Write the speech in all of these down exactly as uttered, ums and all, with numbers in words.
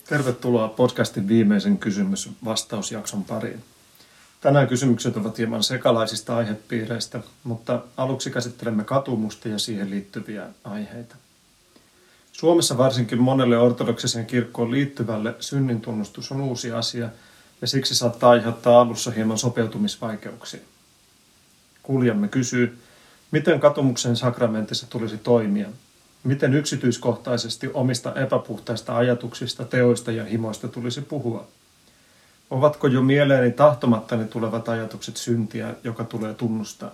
Tervetuloa podcastin viimeisen kysymys-vastausjakson pariin. Tänään kysymykset ovat hieman sekalaisista aihepiireistä, mutta aluksi käsittelemme katumusta ja siihen liittyviä aiheita. Suomessa varsinkin monelle ortodoksiseen kirkkoon liittyvälle synnintunnustus on uusi asia ja siksi saattaa aiheuttaa alussa hieman sopeutumisvaikeuksia. Kuulijamme kysyy, miten katumuksen sakramentissa tulisi toimia? Miten yksityiskohtaisesti omista epäpuhtaista ajatuksista, teoista ja himoista tulisi puhua? Ovatko jo mieleeni tahtomattani tulevat ajatukset syntiä, joka tulee tunnustaa?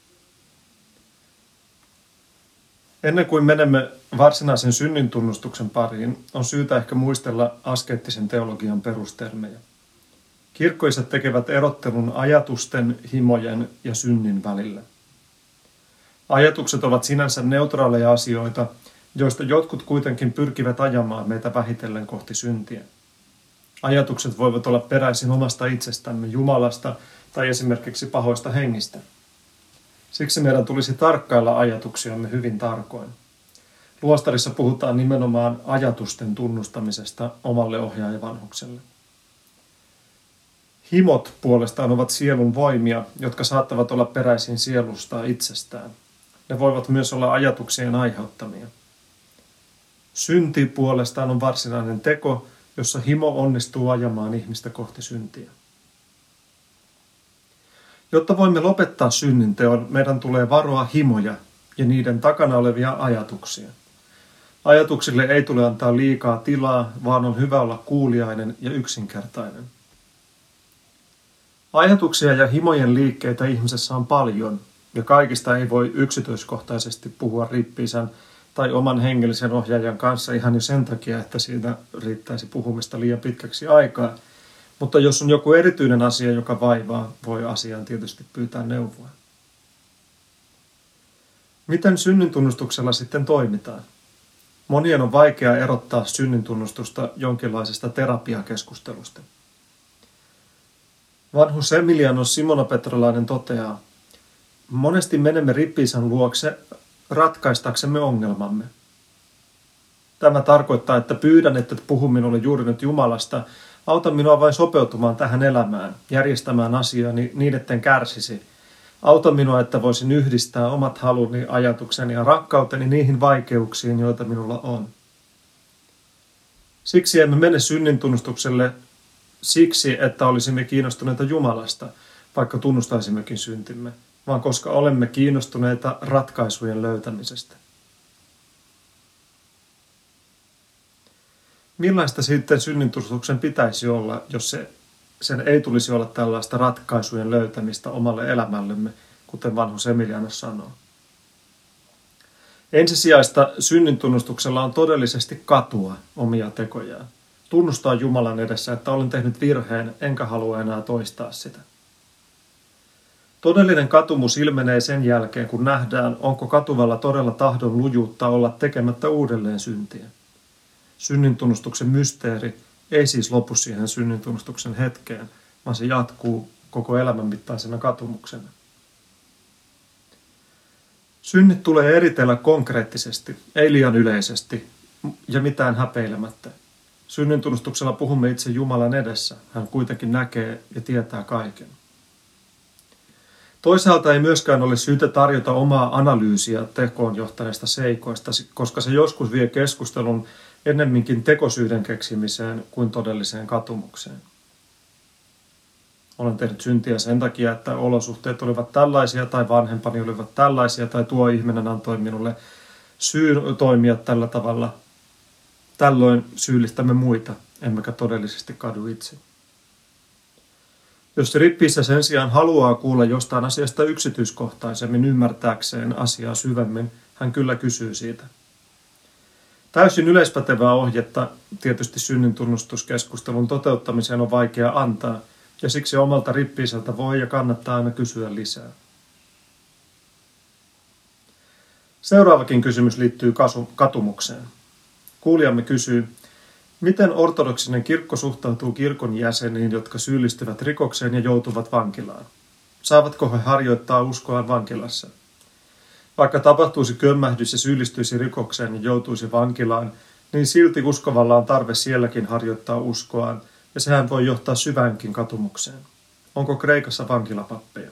Ennen kuin menemme varsinaisen synnin tunnustuksen pariin, on syytä ehkä muistella askeettisen teologian perustermejä. Kirkkoisat tekevät erottelun ajatusten, himojen ja synnin välillä. Ajatukset ovat sinänsä neutraaleja asioita, joista jotkut kuitenkin pyrkivät ajamaan meitä vähitellen kohti syntiä. Ajatukset voivat olla peräisin omasta itsestämme, Jumalasta tai esimerkiksi pahoista hengistä. Siksi meidän tulisi tarkkailla ajatuksiamme hyvin tarkoin. Luostarissa puhutaan nimenomaan ajatusten tunnustamisesta omalle ohjaajavanhukselle. Himot puolestaan ovat sielun voimia, jotka saattavat olla peräisin sielusta itsestään. Ne voivat myös olla ajatuksien aiheuttamia. Synti puolestaan on varsinainen teko, jossa himo onnistuu ajamaan ihmistä kohti syntiä. Jotta voimme lopettaa synninteon, meidän tulee varoa himoja ja niiden takana olevia ajatuksia. Ajatuksille ei tule antaa liikaa tilaa, vaan on hyvä olla kuuliainen ja yksinkertainen. Ajatuksia ja himojen liikkeitä ihmisessä on paljon, ja kaikista ei voi yksityiskohtaisesti puhua rippi-isän tai oman hengellisen ohjaajan kanssa ihan jo sen takia, että siitä riittäisi puhumista liian pitkäksi aikaa. Mutta jos on joku erityinen asia, joka vaivaa, voi asiaan tietysti pyytää neuvoa. Miten synnintunnustuksella sitten toimitaan? Monien on vaikea erottaa synnintunnustusta jonkinlaisesta terapiakeskustelusta. Vanhus Emilianos Simonopetrolainen toteaa, monesti menemme rippi-isän luokse ratkaistaksemme ongelmamme. Tämä tarkoittaa, että pyydän, että puhu minulle juuri nyt Jumalasta, auta minua vain sopeutumaan tähän elämään, järjestämään asiani niin, etten kärsisi. Auta minua, että voisin yhdistää omat haluni, ajatukseni ja rakkauteni niihin vaikeuksiin, joita minulla on. Siksi emme mene synnintunnustukselle siksi, että olisimme kiinnostuneita Jumalasta, vaikka tunnustaisimmekin syntimme, vaan koska olemme kiinnostuneita ratkaisujen löytämisestä. Millaista sitten synnintunnustuksen pitäisi olla, jos se, sen ei tulisi olla tällaista ratkaisujen löytämistä omalle elämällemme, kuten vanhus Emilianos sanoo? Ensisijaista synnintunnustuksella on todellisesti katua omia tekojaan. Tunnustaa Jumalan edessä, että olen tehnyt virheen, enkä halua enää toistaa sitä. Todellinen katumus ilmenee sen jälkeen, kun nähdään, onko katuvalla todella tahdon lujuutta olla tekemättä uudelleen syntiä. Synnintunnustuksen mysteeri ei siis lopu siihen synnintunnustuksen hetkeen, vaan se jatkuu koko elämän mittaisena katumuksena. Synnit tulee eritellä konkreettisesti, ei liian yleisesti ja mitään häpeilemättä. Synnintunnustuksella puhumme itse Jumalan edessä. Hän kuitenkin näkee ja tietää kaiken. Toisaalta ei myöskään ole syytä tarjota omaa analyysiä tekoon johtaneista seikoista, koska se joskus vie keskustelun ennemminkin tekosyyden keksimiseen kuin todelliseen katumukseen. Olen tehnyt syntiä sen takia, että olosuhteet olivat tällaisia tai vanhempani olivat tällaisia tai tuo ihminen antoi minulle syyn toimia tällä tavalla. Tällöin syyllistämme muita, emmekä todellisesti kadu itse. Jos rippi-isä sen sijaan haluaa kuulla jostain asiasta yksityiskohtaisemmin ymmärtääkseen asiaa syvemmin, hän kyllä kysyy siitä. Täysin yleispätevää ohjetta tietysti synnintunnustuskeskustelun toteuttamiseen on vaikea antaa, ja siksi omalta rippi-isältä voi ja kannattaa aina kysyä lisää. Seuraavakin kysymys liittyy katumukseen. Kuulijamme kysyy, miten ortodoksinen kirkko suhtautuu kirkon jäseniin, jotka syyllistyvät rikokseen ja joutuvat vankilaan? Saavatko he harjoittaa uskoaan vankilassa? Vaikka tapahtuisi kömmähdys ja syyllistyisi rikokseen ja joutuisi vankilaan, niin silti uskovalla on tarve sielläkin harjoittaa uskoaan, ja sehän voi johtaa syväänkin katumukseen. Onko Kreikassa vankilapappeja?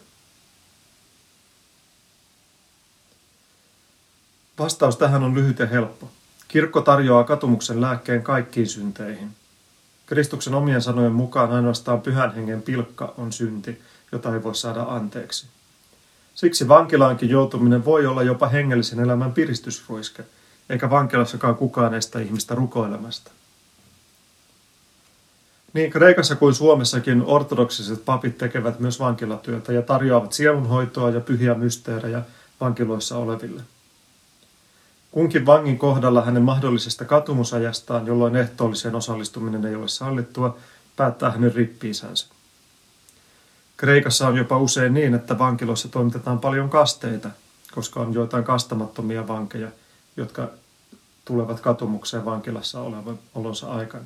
Vastaus tähän on lyhyt ja helppo. Kirkko tarjoaa katumuksen lääkkeen kaikkiin synteihin. Kristuksen omien sanojen mukaan ainoastaan pyhän hengen pilkka on synti, jota ei voi saada anteeksi. Siksi vankilaankin joutuminen voi olla jopa hengellisen elämän piristysruiske, eikä vankilassakaan kukaan estä ihmistä rukoilemasta. Niin Kreikassa kuin Suomessakin ortodoksiset papit tekevät myös vankilatyötä ja tarjoavat sielunhoitoa ja pyhiä mysteerejä vankiloissa oleville. Kunkin vangin kohdalla hänen mahdollisesta katumusajastaan, jolloin ehtoolliseen osallistuminen ei ole sallittua, päättää hänen rippi-isänsä. Kreikassa on jopa usein niin, että vankiloissa toimitetaan paljon kasteita, koska on joitain kastamattomia vankeja, jotka tulevat katumukseen vankilassa olevan olonsa aikana.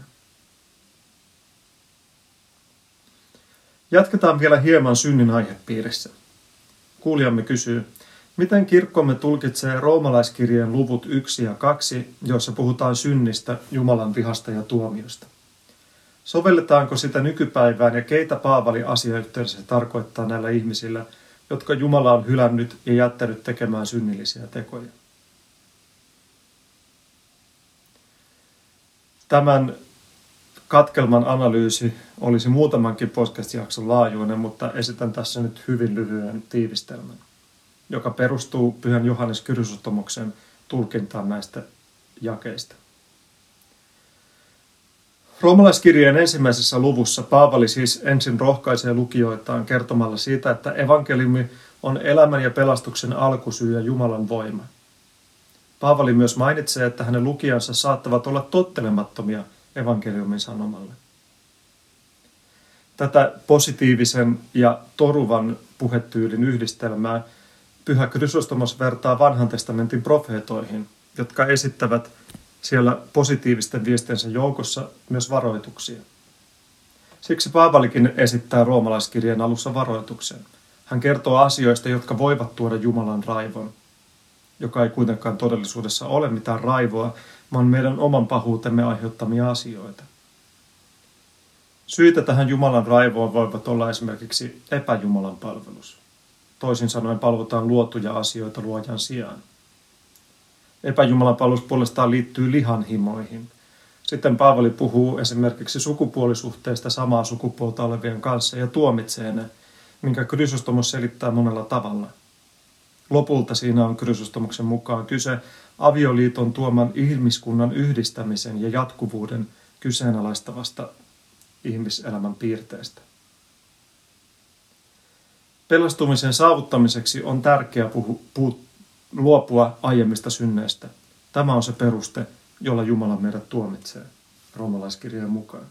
Jatketaan vielä hieman synnin aihepiirissä. Kuulijamme kysyy, miten kirkkomme tulkitsee roomalaiskirjeen luvut yksi ja kaksi, joissa puhutaan synnistä, Jumalan vihasta ja tuomiosta? Sovelletaanko sitä nykypäivään ja keitä Paavali asiayhteydessä tarkoittaa näillä ihmisillä, jotka Jumala on hylännyt ja jättänyt tekemään synnillisiä tekoja? Tämän katkelman analyysi olisi muutamankin podcast-jakson laajuinen, mutta esitän tässä nyt hyvin lyhyen tiivistelmän, joka perustuu Pyhän Johannes Krysostomoksen tulkintaan näistä jakeista. Roomalaiskirjeen ensimmäisessä luvussa Paavali siis ensin rohkaisee lukijoitaan kertomalla siitä, että evankeliumi on elämän ja pelastuksen alkusyy ja Jumalan voima. Paavali myös mainitsee, että hänen lukijansa saattavat olla tottelemattomia evankeliumin sanomalle. Tätä positiivisen ja toruvan puhetyylin yhdistelmää Pyhä Krysostomos vertaa vanhan testamentin profeetoihin, jotka esittävät siellä positiivisten viestiensä joukossa myös varoituksia. Siksi Paavalikin esittää roomalaiskirjeen alussa varoituksen. Hän kertoo asioista, jotka voivat tuoda Jumalan raivon, joka ei kuitenkaan todellisuudessa ole mitään raivoa, vaan meidän oman pahuutemme aiheuttamia asioita. Syitä tähän Jumalan raivoon voivat olla esimerkiksi epäjumalan palvelus. Toisin sanoen palvotaan luotuja asioita luojan sijaan. Epäjumalan palvelus puolestaan liittyy lihanhimoihin. Sitten Paavali puhuu esimerkiksi sukupuolisuhteista samaa sukupuolta olevien kanssa ja tuomitsee ne, minkä Krysostomos selittää monella tavalla. Lopulta siinä on Krysostomoksen mukaan kyse avioliiton tuoman ihmiskunnan yhdistämisen ja jatkuvuuden kyseenalaistavasta ihmiselämän piirteestä. Pelastumisen saavuttamiseksi on tärkeää puhu, puhu, luopua aiemmista synneistä. Tämä on se peruste, jolla Jumala meidät tuomitsee, roomalaiskirjeen mukaan.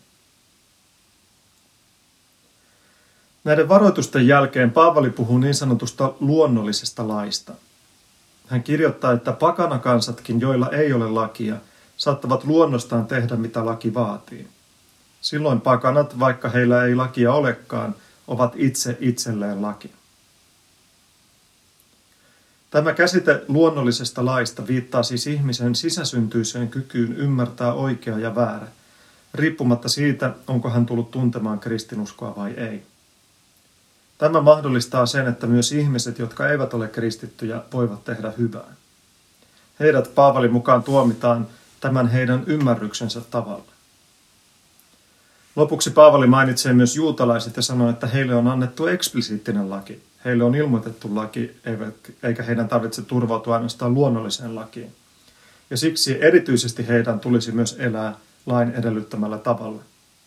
Näiden varoitusten jälkeen Paavali puhuu niin sanotusta luonnollisesta laista. Hän kirjoittaa, että pakanakansatkin, joilla ei ole lakia, saattavat luonnostaan tehdä, mitä laki vaatii. Silloin pakanat, vaikka heillä ei lakia olekaan, ovat itse itselleen laki. Tämä käsite luonnollisesta laista viittaa siis ihmisen sisäsyntyiseen kykyyn ymmärtää oikea ja väärä, riippumatta siitä, onko hän tullut tuntemaan kristinuskoa vai ei. Tämä mahdollistaa sen, että myös ihmiset, jotka eivät ole kristittyjä, voivat tehdä hyvää. Heidät Paavalin mukaan tuomitaan tämän heidän ymmärryksensä tavalla. Lopuksi Paavali mainitsee myös juutalaiset ja sanoo, että heille on annettu eksplisiittinen laki. Heille on ilmoitettu laki, eikä heidän tarvitse turvautua ainoastaan luonnolliseen lakiin. Ja siksi erityisesti heidän tulisi myös elää lain edellyttämällä tavalla.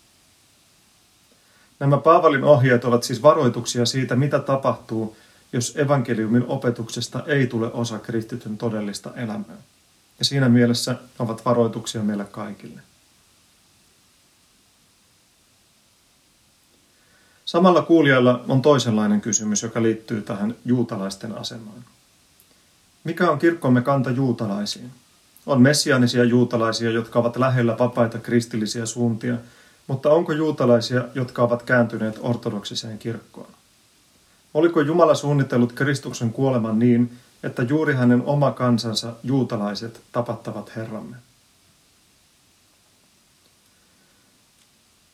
Nämä Paavalin ohjeet ovat siis varoituksia siitä, mitä tapahtuu, jos evankeliumin opetuksesta ei tule osa kristityn todellista elämää. Ja siinä mielessä ovat varoituksia meille kaikille. Samalla kuulijalla on toisenlainen kysymys, joka liittyy tähän juutalaisten asemaan. Mikä on kirkkomme kanta juutalaisiin? On messiaanisia juutalaisia, jotka ovat lähellä vapaita kristillisiä suuntia, mutta onko juutalaisia, jotka ovat kääntyneet ortodoksiseen kirkkoon? Oliko Jumala suunnitellut Kristuksen kuoleman niin, että juuri hänen oma kansansa juutalaiset tapattavat Herramme?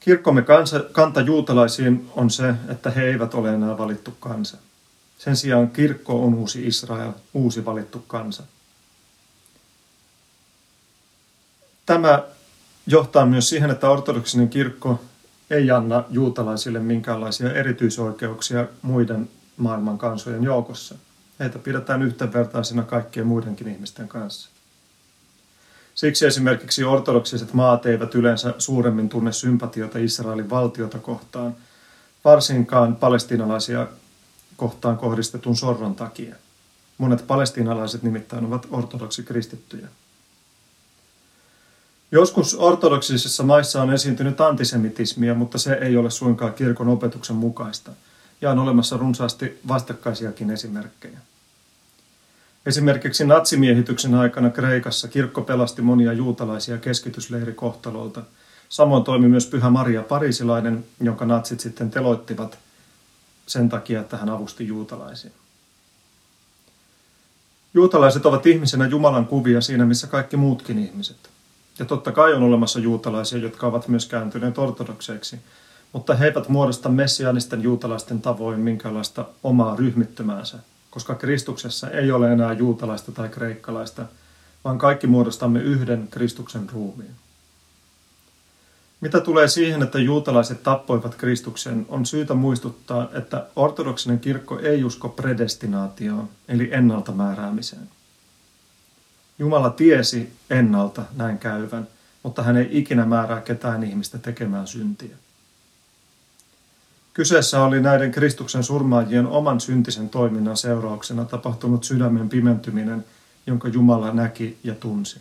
Kirkkomme kansa, kanta juutalaisiin on se, että he eivät ole enää valittu kansa. Sen sijaan kirkko on uusi Israel, uusi valittu kansa. Tämä johtaa myös siihen, että ortodoksinen kirkko ei anna juutalaisille minkäänlaisia erityisoikeuksia muiden maailman kansojen joukossa. Heitä pidetään yhdenvertaisina kaikkien muidenkin ihmisten kanssa. Siksi esimerkiksi ortodoksiset maat eivät yleensä suuremmin tunne sympatioita Israelin valtiota kohtaan, varsinkaan palestiinalaisia kohtaan kohdistetun sorron takia. Monet palestiinalaiset nimittäin ovat ortodoksikristittyjä. Joskus ortodoksisissa maissa on esiintynyt antisemitismiä, mutta se ei ole suinkaan kirkon opetuksen mukaista, ja on olemassa runsaasti vastakkaisiakin esimerkkejä. Esimerkiksi natsimiehityksen aikana Kreikassa kirkko pelasti monia juutalaisia keskitysleirikohtalolta. Samoin toimi myös Pyhä Maria Pariisilainen, jonka natsit sitten teloittivat sen takia, että hän avusti juutalaisia. Juutalaiset ovat ihmisenä Jumalan kuvia siinä, missä kaikki muutkin ihmiset. Ja totta kai on olemassa juutalaisia, jotka ovat myös kääntyneet ortodokseiksi, mutta he eivät muodosta messiaanisten juutalaisten tavoin minkäänlaista omaa ryhmittymäänsä, koska Kristuksessa ei ole enää juutalaista tai kreikkalaista, vaan kaikki muodostamme yhden Kristuksen ruumiin. Mitä tulee siihen, että juutalaiset tappoivat Kristuksen, on syytä muistuttaa, että ortodoksinen kirkko ei usko predestinaatioon, eli ennaltamääräämiseen. Jumala tiesi ennalta näin käyvän, mutta hän ei ikinä määrää ketään ihmistä tekemään syntiä. Kyseessä oli näiden Kristuksen surmaajien oman syntisen toiminnan seurauksena tapahtunut sydämen pimentyminen, jonka Jumala näki ja tunsi.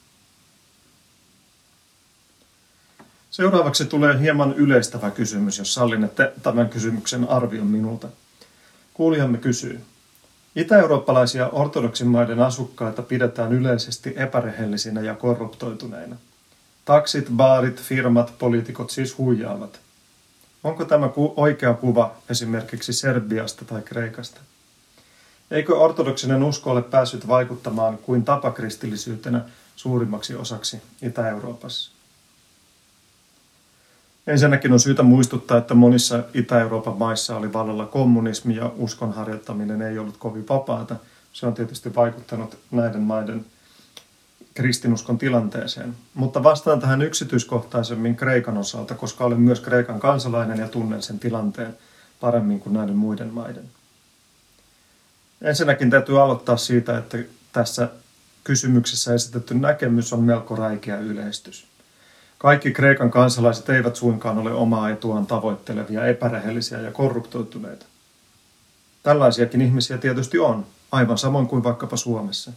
Seuraavaksi tulee hieman yleistävä kysymys, jos sallinette tämän kysymyksen arvion minulta. Kuulijamme kysyy. Itä-eurooppalaisia ortodoksimaiden asukkaita pidetään yleisesti epärehellisinä ja korruptoituneina. Taksit, baarit, firmat, poliitikot siis huijaavat. Onko tämä ku- oikea kuva esimerkiksi Serbiasta tai Kreikasta? Eikö ortodoksinen usko ole päässyt vaikuttamaan kuin tapakristillisyytenä suurimmaksi osaksi Itä-Euroopassa? Ensinnäkin on syytä muistuttaa, että monissa Itä-Euroopan maissa oli vallalla kommunismi ja uskon harjoittaminen ei ollut kovin vapaata. Se on tietysti vaikuttanut näiden maiden kristinuskon tilanteeseen. Mutta vastaan tähän yksityiskohtaisemmin Kreikan osalta, koska olen myös Kreikan kansalainen ja tunnen sen tilanteen paremmin kuin näiden muiden maiden. Ensinnäkin täytyy aloittaa siitä, että tässä kysymyksessä esitetty näkemys on melko räikeä yleistys. Kaikki Kreikan kansalaiset eivät suinkaan ole omaa etuaan tavoittelevia, epärehellisiä ja korruptoituneita. Tällaisiakin ihmisiä tietysti on, aivan samoin kuin vaikkapa Suomessa.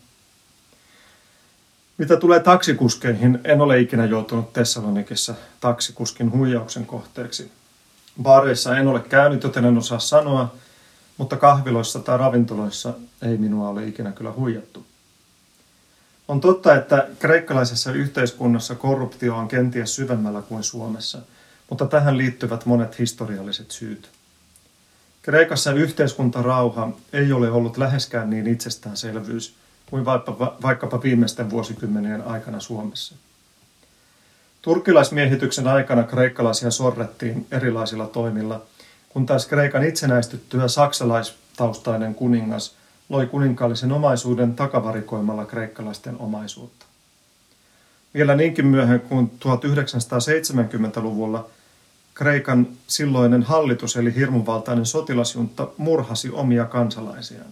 Mitä tulee taksikuskeihin, en ole ikinä joutunut Thessalonikissa taksikuskin huijauksen kohteeksi. Baareissa en ole käynyt, joten en osaa sanoa, mutta kahviloissa tai ravintoloissa ei minua ole ikinä kyllä huijattu. On totta, että kreikkalaisessa yhteiskunnassa korruptio on kenties syvemmällä kuin Suomessa, mutta tähän liittyvät monet historialliset syyt. Kreikassa yhteiskuntarauha ei ole ollut läheskään niin itsestäänselvyys kuin vaikkapa viimeisten vuosikymmenien aikana Suomessa. Turkkilaismiehityksen aikana kreikkalaisia sorrettiin erilaisilla toimilla, kun taas Kreikan itsenäistyttyä saksalaistaustainen kuningas loi kuninkaallisen omaisuuden takavarikoimalla kreikkalaisten omaisuutta. Vielä niinkin myöhään kuin tuhatyhdeksänsataaseitsemänkymmentäluvulla Kreikan silloinen hallitus eli hirmuvaltainen sotilasjunta murhasi omia kansalaisiaan.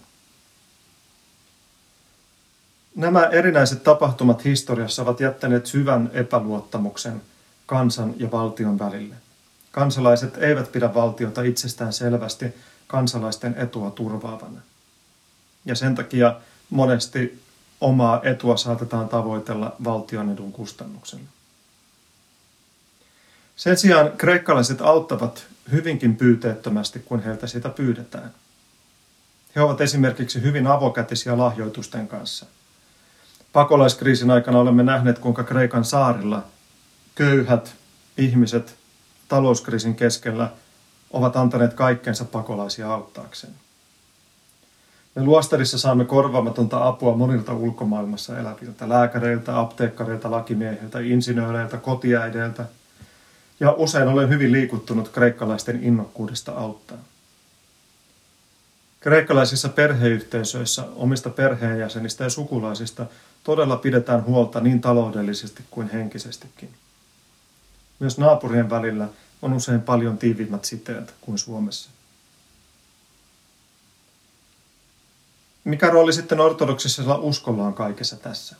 Nämä erinäiset tapahtumat historiassa ovat jättäneet syvän epäluottamuksen kansan ja valtion välille. Kansalaiset eivät pidä valtiota itsestään selvästi kansalaisten etua turvaavana. Ja sen takia monesti omaa etua saatetaan tavoitella valtion edun kustannuksella. Sen sijaan kreikkalaiset auttavat hyvinkin pyyteettömästi, kun heiltä sitä pyydetään. He ovat esimerkiksi hyvin avokätisiä lahjoitusten kanssa. Pakolaiskriisin aikana olemme nähneet, kuinka Kreikan saarilla köyhät ihmiset talouskriisin keskellä ovat antaneet kaikkensa pakolaisia auttaakseen. Me Luostarissa saamme korvaamatonta apua monilta ulkomaailmassa eläviltä, lääkäreiltä, apteekkareilta, lakimiehiltä, insinööreiltä, kotiäideiltä. Ja usein olen hyvin liikuttunut kreikkalaisten innokkuudesta auttaa. Kreikkalaisissa perheyhteisöissä omista perheenjäsenistä ja sukulaisista todella pidetään huolta niin taloudellisesti kuin henkisestikin. Myös naapurien välillä on usein paljon tiiviimmät siteet kuin Suomessa. Mikä rooli sitten ortodoksisella uskolla on kaikessa tässä?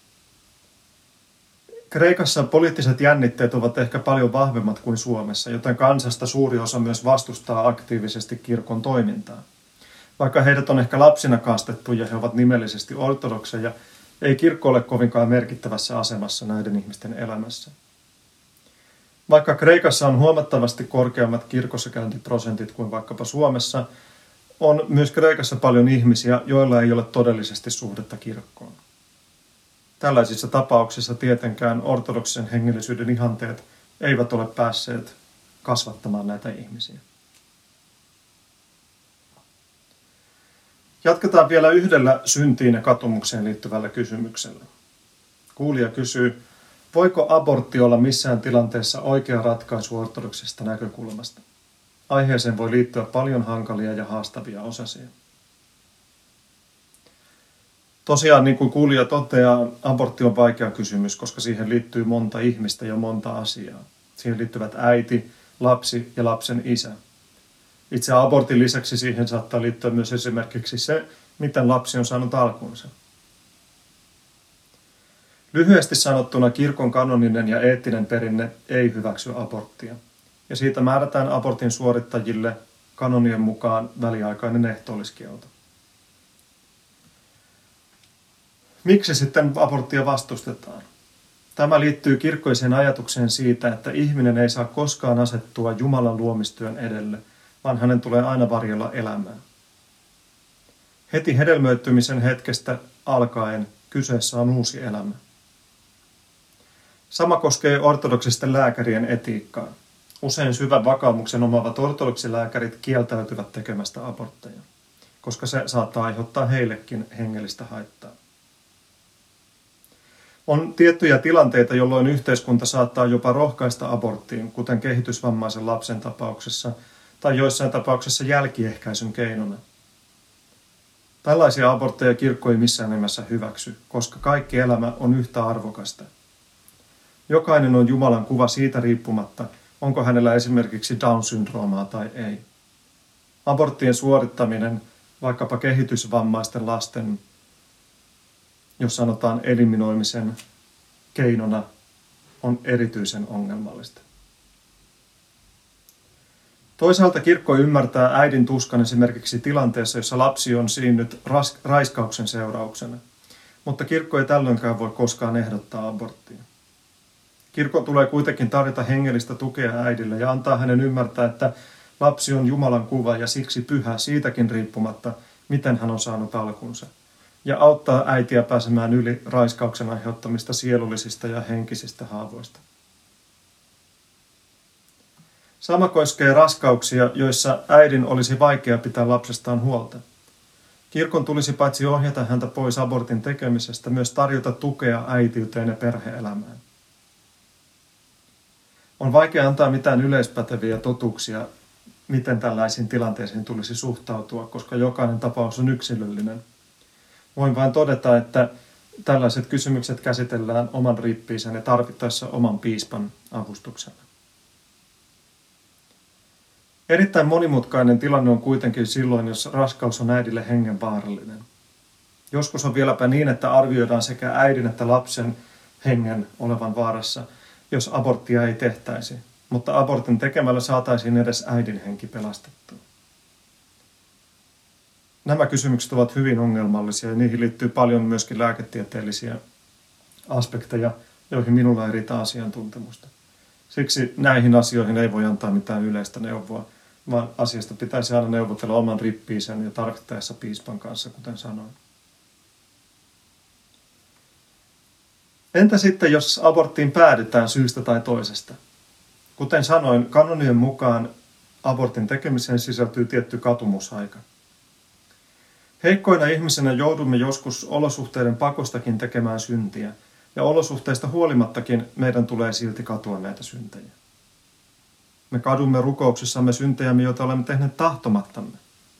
Kreikassa poliittiset jännitteet ovat ehkä paljon vahvemmat kuin Suomessa, joten kansasta suuri osa myös vastustaa aktiivisesti kirkon toimintaa. Vaikka heidät on ehkä lapsina kastettu ja he ovat nimellisesti ortodokseja, ei kirkko ole kovinkaan merkittävässä asemassa näiden ihmisten elämässä. Vaikka Kreikassa on huomattavasti korkeammat kirkossakäyntiprosentit kuin vaikkapa Suomessa, on myös Kreikassa paljon ihmisiä, joilla ei ole todellisesti suhdetta kirkkoon. Tällaisissa tapauksissa tietenkään ortodoksisen hengellisyyden ihanteet eivät ole päässeet kasvattamaan näitä ihmisiä. Jatketaan vielä yhdellä syntiin ja katumukseen liittyvällä kysymyksellä. Kuulija kysyy, voiko abortti olla missään tilanteessa oikea ratkaisu ortodoksisesta näkökulmasta? Aiheeseen voi liittyä paljon hankalia ja haastavia osasia. Tosiaan, niin kuin kuulija toteaa, abortti on vaikea kysymys, koska siihen liittyy monta ihmistä ja monta asiaa. Siihen liittyvät äiti, lapsi ja lapsen isä. Itse abortin lisäksi siihen saattaa liittyä myös esimerkiksi se, miten lapsi on saanut alkunsa. Lyhyesti sanottuna kirkon kanoninen ja eettinen perinne ei hyväksy aborttia, ja siitä määrätään abortin suorittajille kanonien mukaan väliaikainen ehtoolliskielto. Miksi sitten aborttia vastustetaan? Tämä liittyy kirkkoiseen ajatukseen siitä, että ihminen ei saa koskaan asettua Jumalan luomistyön edelle, vaan hänen tulee aina varjella elämää. Heti hedelmöittymisen hetkestä alkaen kyseessä on uusi elämä. Sama koskee ortodoksisten lääkärien etiikkaa. Usein syvän vakaumuksen omaavat ortodoksilääkärit kieltäytyvät tekemästä abortteja, koska se saattaa aiheuttaa heillekin hengellistä haittaa. On tiettyjä tilanteita, jolloin yhteiskunta saattaa jopa rohkaista aborttiin, kuten kehitysvammaisen lapsen tapauksessa tai joissain tapauksissa jälkiehkäisyn keinona. Tällaisia abortteja kirkko ei missään nimessä hyväksy, koska kaikki elämä on yhtä arvokasta. Jokainen on Jumalan kuva siitä riippumatta, onko hänellä esimerkiksi Down-syndroomaa tai ei. Aborttien suorittaminen, vaikkapa kehitysvammaisten lasten, jos sanotaan eliminoimisen keinona, on erityisen ongelmallista. Toisaalta kirkko ymmärtää äidin tuskan esimerkiksi tilanteessa, jossa lapsi on siinnyt ras- raiskauksen seurauksena, mutta kirkko ei tällöinkään voi koskaan ehdottaa aborttia. Kirkko tulee kuitenkin tarjota hengellistä tukea äidille ja antaa hänen ymmärtää, että lapsi on Jumalan kuva ja siksi pyhä siitäkin riippumatta, miten hän on saanut alkunsa, ja auttaa äitiä pääsemään yli raiskauksen aiheuttamista sielullisista ja henkisistä haavoista. Sama koskee raskauksia, joissa äidin olisi vaikea pitää lapsestaan huolta. Kirkon tulisi paitsi ohjata häntä pois abortin tekemisestä, myös tarjota tukea äitiyteen ja perhe-elämään. On vaikea antaa mitään yleispäteviä totuuksia, miten tällaisiin tilanteisiin tulisi suhtautua, koska jokainen tapaus on yksilöllinen. Voin vain todeta, että tällaiset kysymykset käsitellään oman rippiisen ja tarvittaessa oman piispan avustuksella. Erittäin monimutkainen tilanne on kuitenkin silloin, jos raskaus on äidille hengenvaarallinen. Joskus on vieläpä niin, että arvioidaan sekä äidin että lapsen hengen olevan vaarassa, jos aborttia ei tehtäisi, mutta abortin tekemällä saataisiin edes äidin henki pelastettua. Nämä kysymykset ovat hyvin ongelmallisia ja niihin liittyy paljon myöskin lääketieteellisiä aspekteja, joihin minulla ei riitä asiantuntemusta. Siksi näihin asioihin ei voi antaa mitään yleistä neuvoa, vaan asiasta pitäisi aina neuvotella oman rippiisen ja tarvittaessa piispan kanssa, kuten sanoin. Entä sitten, jos aborttiin päädytään syystä tai toisesta? Kuten sanoin, kanonien mukaan abortin tekemiseen sisältyy tietty katumusaika. Heikkoina ihmisenä joudumme joskus olosuhteiden pakostakin tekemään syntiä, ja olosuhteista huolimattakin meidän tulee silti katua näitä syntejä. Me kadumme rukouksissamme syntejämme, joita olemme tehneet tahtomattamme.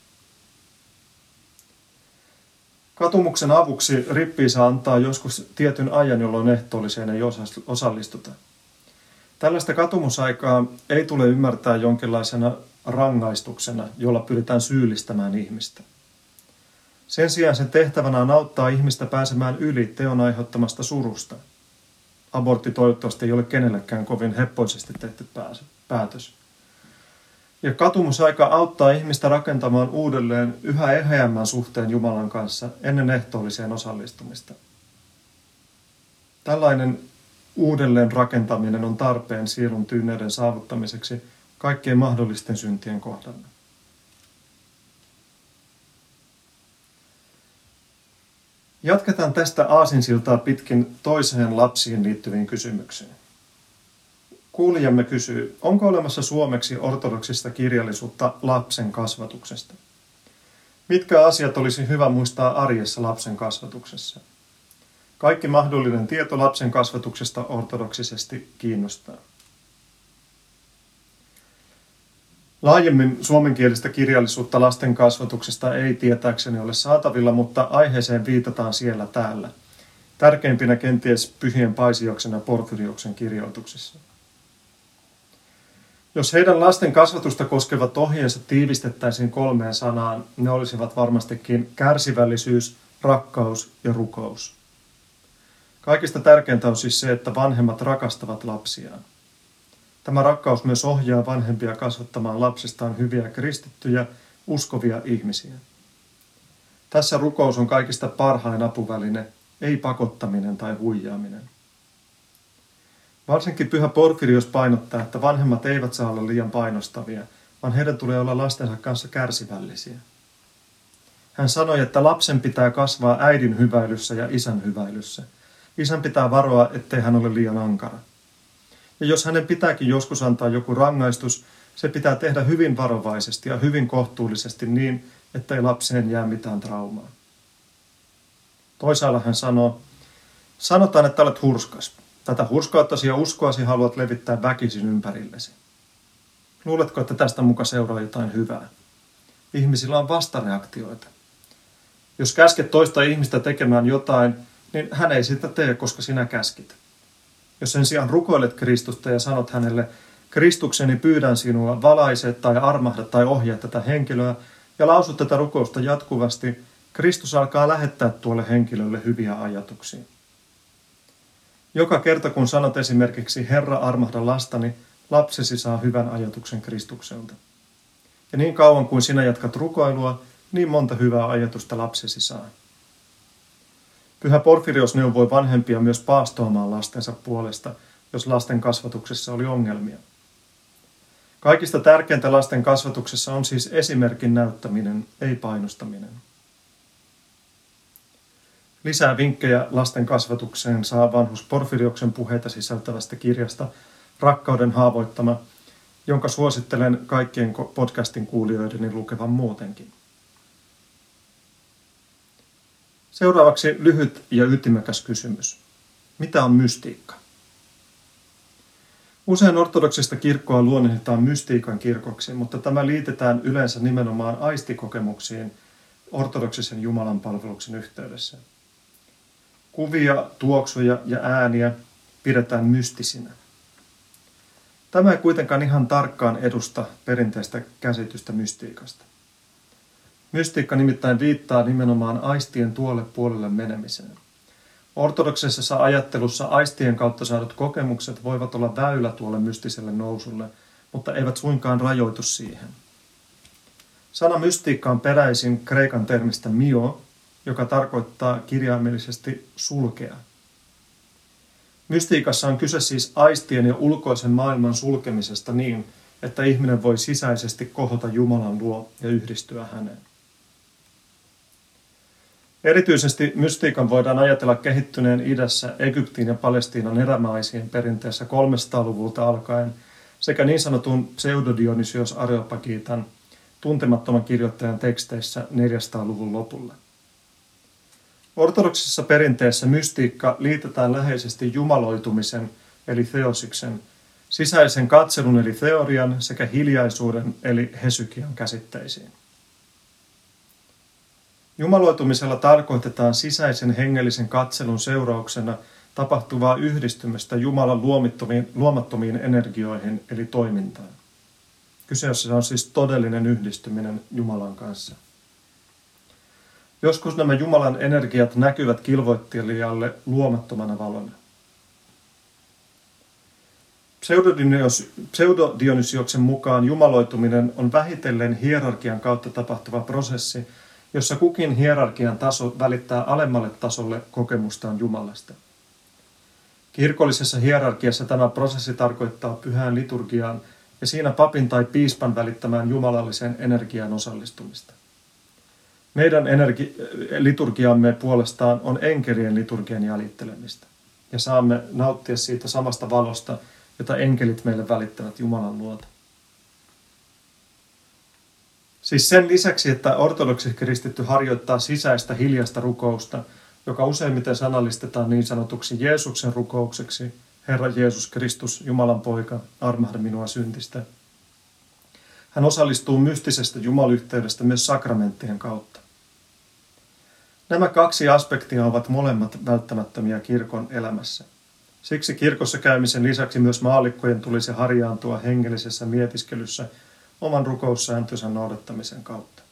Katumuksen avuksi rippi-isä antaa joskus tietyn ajan, jolloin ehtoolliseen ei osallistuta. Tällaista katumusaikaa ei tule ymmärtää jonkinlaisena rangaistuksena, jolla pyritään syyllistämään ihmistä. Sen sijaan sen tehtävänä on auttaa ihmistä pääsemään yli teon aiheuttamasta surusta. Abortti toivottavasti ei ole kenellekään kovin heppoisesti tehty päätös. Ja katumusaika auttaa ihmistä rakentamaan uudelleen yhä eheämmän suhteen Jumalan kanssa ennen ehtoolliseen osallistumista. Tällainen uudelleen rakentaminen on tarpeen sielun tyyneyden saavuttamiseksi kaikkien mahdollisten syntien kohdalla. Jatketaan tästä aasinsiltaa pitkin toiseen lapsiin liittyviin kysymyksiin. Kuulijamme kysyy, onko olemassa suomeksi ortodoksista kirjallisuutta lapsen kasvatuksesta? Mitkä asiat olisi hyvä muistaa arjessa lapsen kasvatuksessa? Kaikki mahdollinen tieto lapsen kasvatuksesta ortodoksisesti kiinnostaa. Laajemmin suomenkielistä kirjallisuutta lasten kasvatuksesta ei tietääkseni ole saatavilla, mutta aiheeseen viitataan siellä täällä. Tärkeimpinä kenties Pyhien Paisioksen ja Porfyrioksen kirjoituksissa. Jos heidän lasten kasvatusta koskevat ohjeensa tiivistettäisiin kolmeen sanaan, ne olisivat varmastikin kärsivällisyys, rakkaus ja rukous. Kaikista tärkeintä on siis se, että vanhemmat rakastavat lapsiaan. Tämä rakkaus myös ohjaa vanhempia kasvattamaan lapsistaan hyviä kristittyjä, uskovia ihmisiä. Tässä rukous on kaikista parhain apuväline, ei pakottaminen tai huijaaminen. Varsinkin Pyhä Porfyrios painottaa, että vanhemmat eivät saa olla liian painostavia, vaan heidän tulee olla lastensa kanssa kärsivällisiä. Hän sanoi, että lapsen pitää kasvaa äidin hyväilyssä ja isän hyväilyssä. Isän pitää varoa, ettei hän ole liian ankara. Ja jos hänen pitääkin joskus antaa joku rangaistus, se pitää tehdä hyvin varovaisesti ja hyvin kohtuullisesti niin, ettei lapseen jää mitään traumaa. Toisaalla hän sanoo, sanotaan, että olet hurskas. Tätä hurskauttasi ja uskoasi haluat levittää väkisin ympärillesi. Luuletko, että tästä muka seuraa jotain hyvää? Ihmisillä on vastareaktioita. Jos käsket toista ihmistä tekemään jotain, niin hän ei sitä tee, koska sinä käskit. Jos sen sijaan rukoilet Kristusta ja sanot hänelle, Kristukseni pyydän sinua, valaise tai armahda tai ohjaa tätä henkilöä, ja lausut tätä rukousta jatkuvasti, Kristus alkaa lähettää tuolle henkilölle hyviä ajatuksia. Joka kerta kun sanot esimerkiksi Herra armahda lastani, lapsesi saa hyvän ajatuksen Kristukselta. Ja niin kauan kuin sinä jatkat rukoilua, niin monta hyvää ajatusta lapsesi saa. Pyhä Porfyrios neuvoi vanhempia myös paastoamaan lastensa puolesta, jos lasten kasvatuksessa oli ongelmia. Kaikista tärkeintä lasten kasvatuksessa on siis esimerkin näyttäminen, ei painostaminen. Lisää vinkkejä lasten kasvatukseen saa vanhus Porfyrioksen puheita sisältävästä kirjasta Rakkauden haavoittama, jonka suosittelen kaikkien podcastin kuulijoideni lukevan muutenkin. Seuraavaksi lyhyt ja ytimekäs kysymys. Mitä on mystiikka? Usein ortodoksista kirkkoa luonnehditaan mystiikan kirkoksi, mutta tämä liitetään yleensä nimenomaan aistikokemuksiin ortodoksisen jumalanpalveluksen yhteydessä. Kuvia, tuoksuja ja ääniä pidetään mystisinä. Tämä ei kuitenkaan ihan tarkkaan edusta perinteistä käsitystä mystiikasta. Mystiikka nimittäin viittaa nimenomaan aistien tuolle puolelle menemiseen. Ortodoksisessa ajattelussa aistien kautta saadut kokemukset voivat olla väylä tuolle mystiselle nousulle, mutta eivät suinkaan rajoitu siihen. Sana mystiikka on peräisin kreikan termistä mio, joka tarkoittaa kirjaimellisesti sulkea. Mystiikassa on kyse siis aistien ja ulkoisen maailman sulkemisesta niin, että ihminen voi sisäisesti kohota Jumalan luo ja yhdistyä häneen. Erityisesti mystiikan voidaan ajatella kehittyneen idässä Egyptin ja Palestiinan erämaisien perinteessä kolmesataaluvulta alkaen sekä niin sanotun Pseudodionysios Areopagitan tuntemattoman kirjoittajan teksteissä neljäsataaluvun lopulla. Ortodoksisessa perinteessä mystiikka liitetään läheisesti jumaloitumisen eli theosiksen sisäisen katselun eli teorian sekä hiljaisuuden eli hesykian käsitteisiin. Jumaloitumisella tarkoitetaan sisäisen hengellisen katselun seurauksena tapahtuvaa yhdistymistä Jumalan luomattomiin energioihin eli toimintaan. Kyseessä on siis todellinen yhdistyminen Jumalan kanssa. Joskus nämä Jumalan energiat näkyvät kilvoittelijalle luomattomana valona. Pseudodionysioksen mukaan jumaloituminen on vähitellen hierarkian kautta tapahtuva prosessi, jossa kukin hierarkian taso välittää alemmalle tasolle kokemustaan Jumalasta. Kirkollisessa hierarkiassa tämä prosessi tarkoittaa pyhään liturgiaan ja siinä papin tai piispan välittämään jumalalliseen energiaan osallistumista. Meidän energi- liturgiamme puolestaan on enkelien liturgian jäljittelemistä ja saamme nauttia siitä samasta valosta, jota enkelit meille välittävät Jumalan luota. Siis sen lisäksi, että ortodoksi kristitty harjoittaa sisäistä hiljaista rukousta, joka useimmiten sanallistetaan niin sanotuksi Jeesuksen rukoukseksi, Herra Jeesus Kristus, Jumalan poika, armahda minua syntistä. Hän osallistuu mystisestä jumalyhteydestä myös sakramenttien kautta. Nämä kaksi aspektia ovat molemmat välttämättömiä kirkon elämässä. Siksi kirkossa käymisen lisäksi myös maallikkojen tulisi harjaantua hengellisessä mietiskelyssä oman rukoussääntönsä noudattamisen kautta.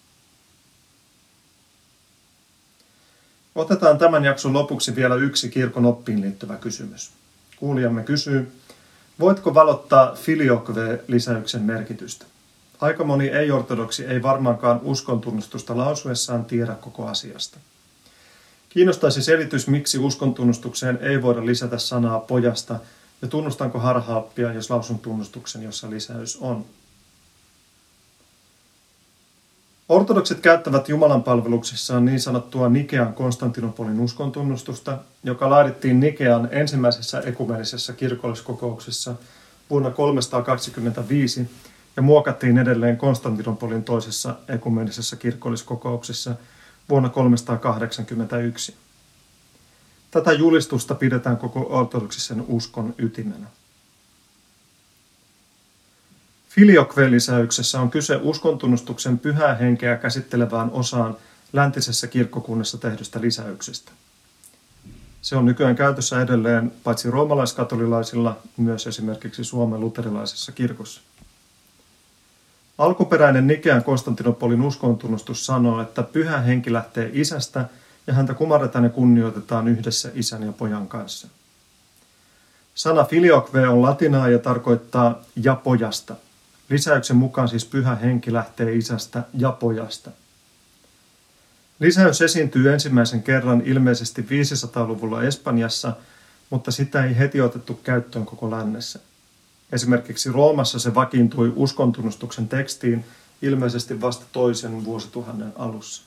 Otetaan tämän jakson lopuksi vielä yksi kirkon oppiin liittyvä kysymys. Kuulijamme kysyy, voitko valottaa filioque-lisäyksen merkitystä? Aika moni ei-ortodoksi ei varmaankaan uskontunnustusta lausuessaan tiedä koko asiasta. Kiinnostaisi selitys, miksi uskontunnustukseen ei voida lisätä sanaa pojasta, ja tunnustanko harhaappia, jos lausun tunnustuksen, jossa lisäys on. Ortodoksit käyttävät Jumalan palveluksissaan niin sanottua Nikean Konstantinopolin uskontunnustusta, joka laadittiin Nikean ensimmäisessä ekumenisessa kirkolliskokouksessa vuonna kolmesataakaksikymmentäviisi ja muokattiin edelleen Konstantinopolin toisessa ekumenisessa kirkolliskokouksessa vuonna kolmesataakahdeksankymmentäyksi. Tätä julistusta pidetään koko ortodoksisen uskon ytimenä. Filioque-lisäyksessä on kyse uskontunnustuksen pyhää henkeä käsittelevään osaan läntisessä kirkkokunnassa tehdystä lisäyksestä. Se on nykyään käytössä edelleen paitsi roomalaiskatolilaisilla, myös esimerkiksi Suomen luterilaisessa kirkossa. Alkuperäinen Nikean Konstantinopolin uskontunnustus sanoo, että pyhä henki lähtee isästä ja häntä kumarretaan ja kunnioitetaan yhdessä isän ja pojan kanssa. Sana filioque on latinaa ja tarkoittaa ja pojasta. Lisäyksen mukaan siis pyhä henki lähtee isästä ja pojasta. Lisäys esiintyy ensimmäisen kerran ilmeisesti viisisataaluvulla Espanjassa, mutta sitä ei heti otettu käyttöön koko lännessä. Esimerkiksi Roomassa se vakiintui uskontunnustuksen tekstiin ilmeisesti vasta toisen vuosituhannen alussa.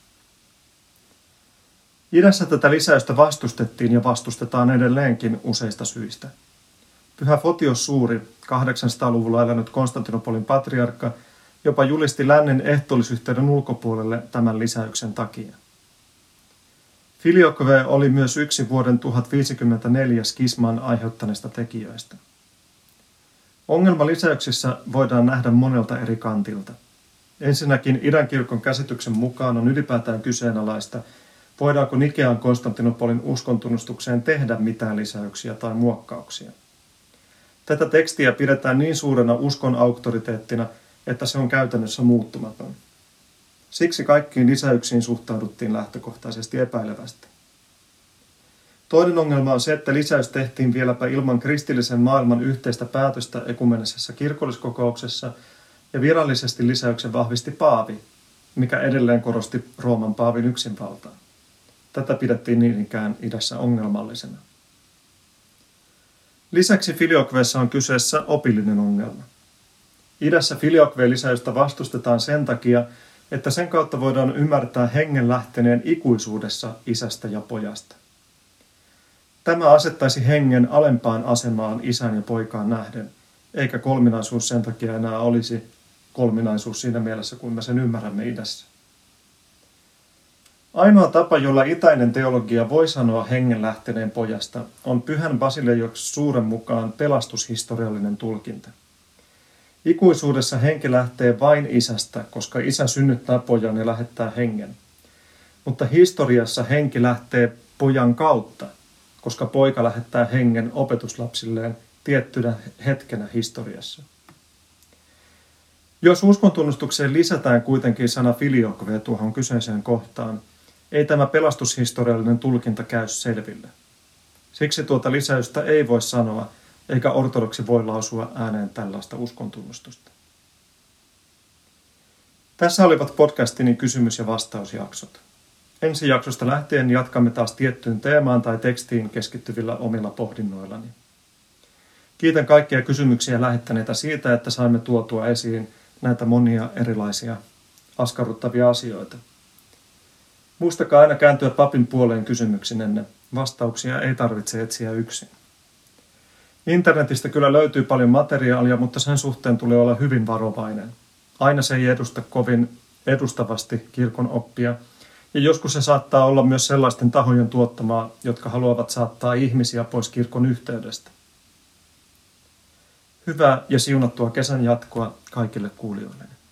Idässä tätä lisäystä vastustettiin ja vastustetaan edelleenkin useista syistä. Pyhä Fotios Suuri, kahdeksansataaluvulla elänyt Konstantinopolin patriarkka, jopa julisti lännen ehtoollisyhteyden ulkopuolelle tämän lisäyksen takia. Filioque oli myös yksi vuoden tuhatviisikymmentäneljä skisman aiheuttaneista tekijöistä. Ongelma lisäyksissä voidaan nähdä monelta eri kantilta. Ensinnäkin idän kirkon käsityksen mukaan on ylipäätään kyseenalaista, voidaanko Nikean Konstantinopolin uskontunnustukseen tehdä mitään lisäyksiä tai muokkauksia. Tätä tekstiä pidetään niin suurena uskon auktoriteettina, että se on käytännössä muuttumaton. Siksi kaikkiin lisäyksiin suhtauduttiin lähtökohtaisesti epäilevästi. Toinen ongelma on se, että lisäys tehtiin vieläpä ilman kristillisen maailman yhteistä päätöstä ekumenisessa kirkolliskokouksessa ja virallisesti lisäyksen vahvisti paavi, mikä edelleen korosti Rooman paavin yksinvaltaa. Tätä pidettiin niin ikään idässä ongelmallisena. Lisäksi filioqueessa on kyseessä opillinen ongelma. Idässä filioque-lisäystä vastustetaan sen takia, että sen kautta voidaan ymmärtää hengen lähteneen ikuisuudessa isästä ja pojasta. Tämä asettaisi hengen alempaan asemaan isän ja poikaan nähden, eikä kolminaisuus sen takia enää olisi kolminaisuus siinä mielessä, kun me sen ymmärrämme idässä. Ainoa tapa, jolla itäinen teologia voi sanoa hengen lähteneen pojasta, on Pyhän Basileios Suuren mukaan pelastushistoriallinen tulkinta. Ikuisuudessa henki lähtee vain isästä, koska isä synnyttää pojan ja lähettää hengen. Mutta historiassa henki lähtee pojan kautta, koska poika lähettää hengen opetuslapsilleen tiettynä hetkenä historiassa. Jos uskontunnustukseen lisätään kuitenkin sana filioque tuohon kyseiseen kohtaan, ei tämä pelastushistoriallinen tulkinta käy selville. Siksi tuota lisäystä ei voi sanoa, eikä ortodoksi voi lausua ääneen tällaista uskontunnustusta. Tässä olivat podcastini kysymys- ja vastausjaksot. Ensi jaksosta lähtien jatkamme taas tiettyyn teemaan tai tekstiin keskittyvillä omilla pohdinnoillani. Kiitän kaikkia kysymyksiä lähettäneitä siitä, että saimme tuotua esiin näitä monia erilaisia askarruttavia asioita. Muistakaa aina kääntyä papin puoleen kysymyksinenne. Vastauksia ei tarvitse etsiä yksin. Internetistä kyllä löytyy paljon materiaalia, mutta sen suhteen tulee olla hyvin varovainen. Aina se ei edusta kovin edustavasti kirkon oppia, ja joskus se saattaa olla myös sellaisten tahojen tuottamaa, jotka haluavat saattaa ihmisiä pois kirkon yhteydestä. Hyvää ja siunattua kesän jatkoa kaikille kuulijoille.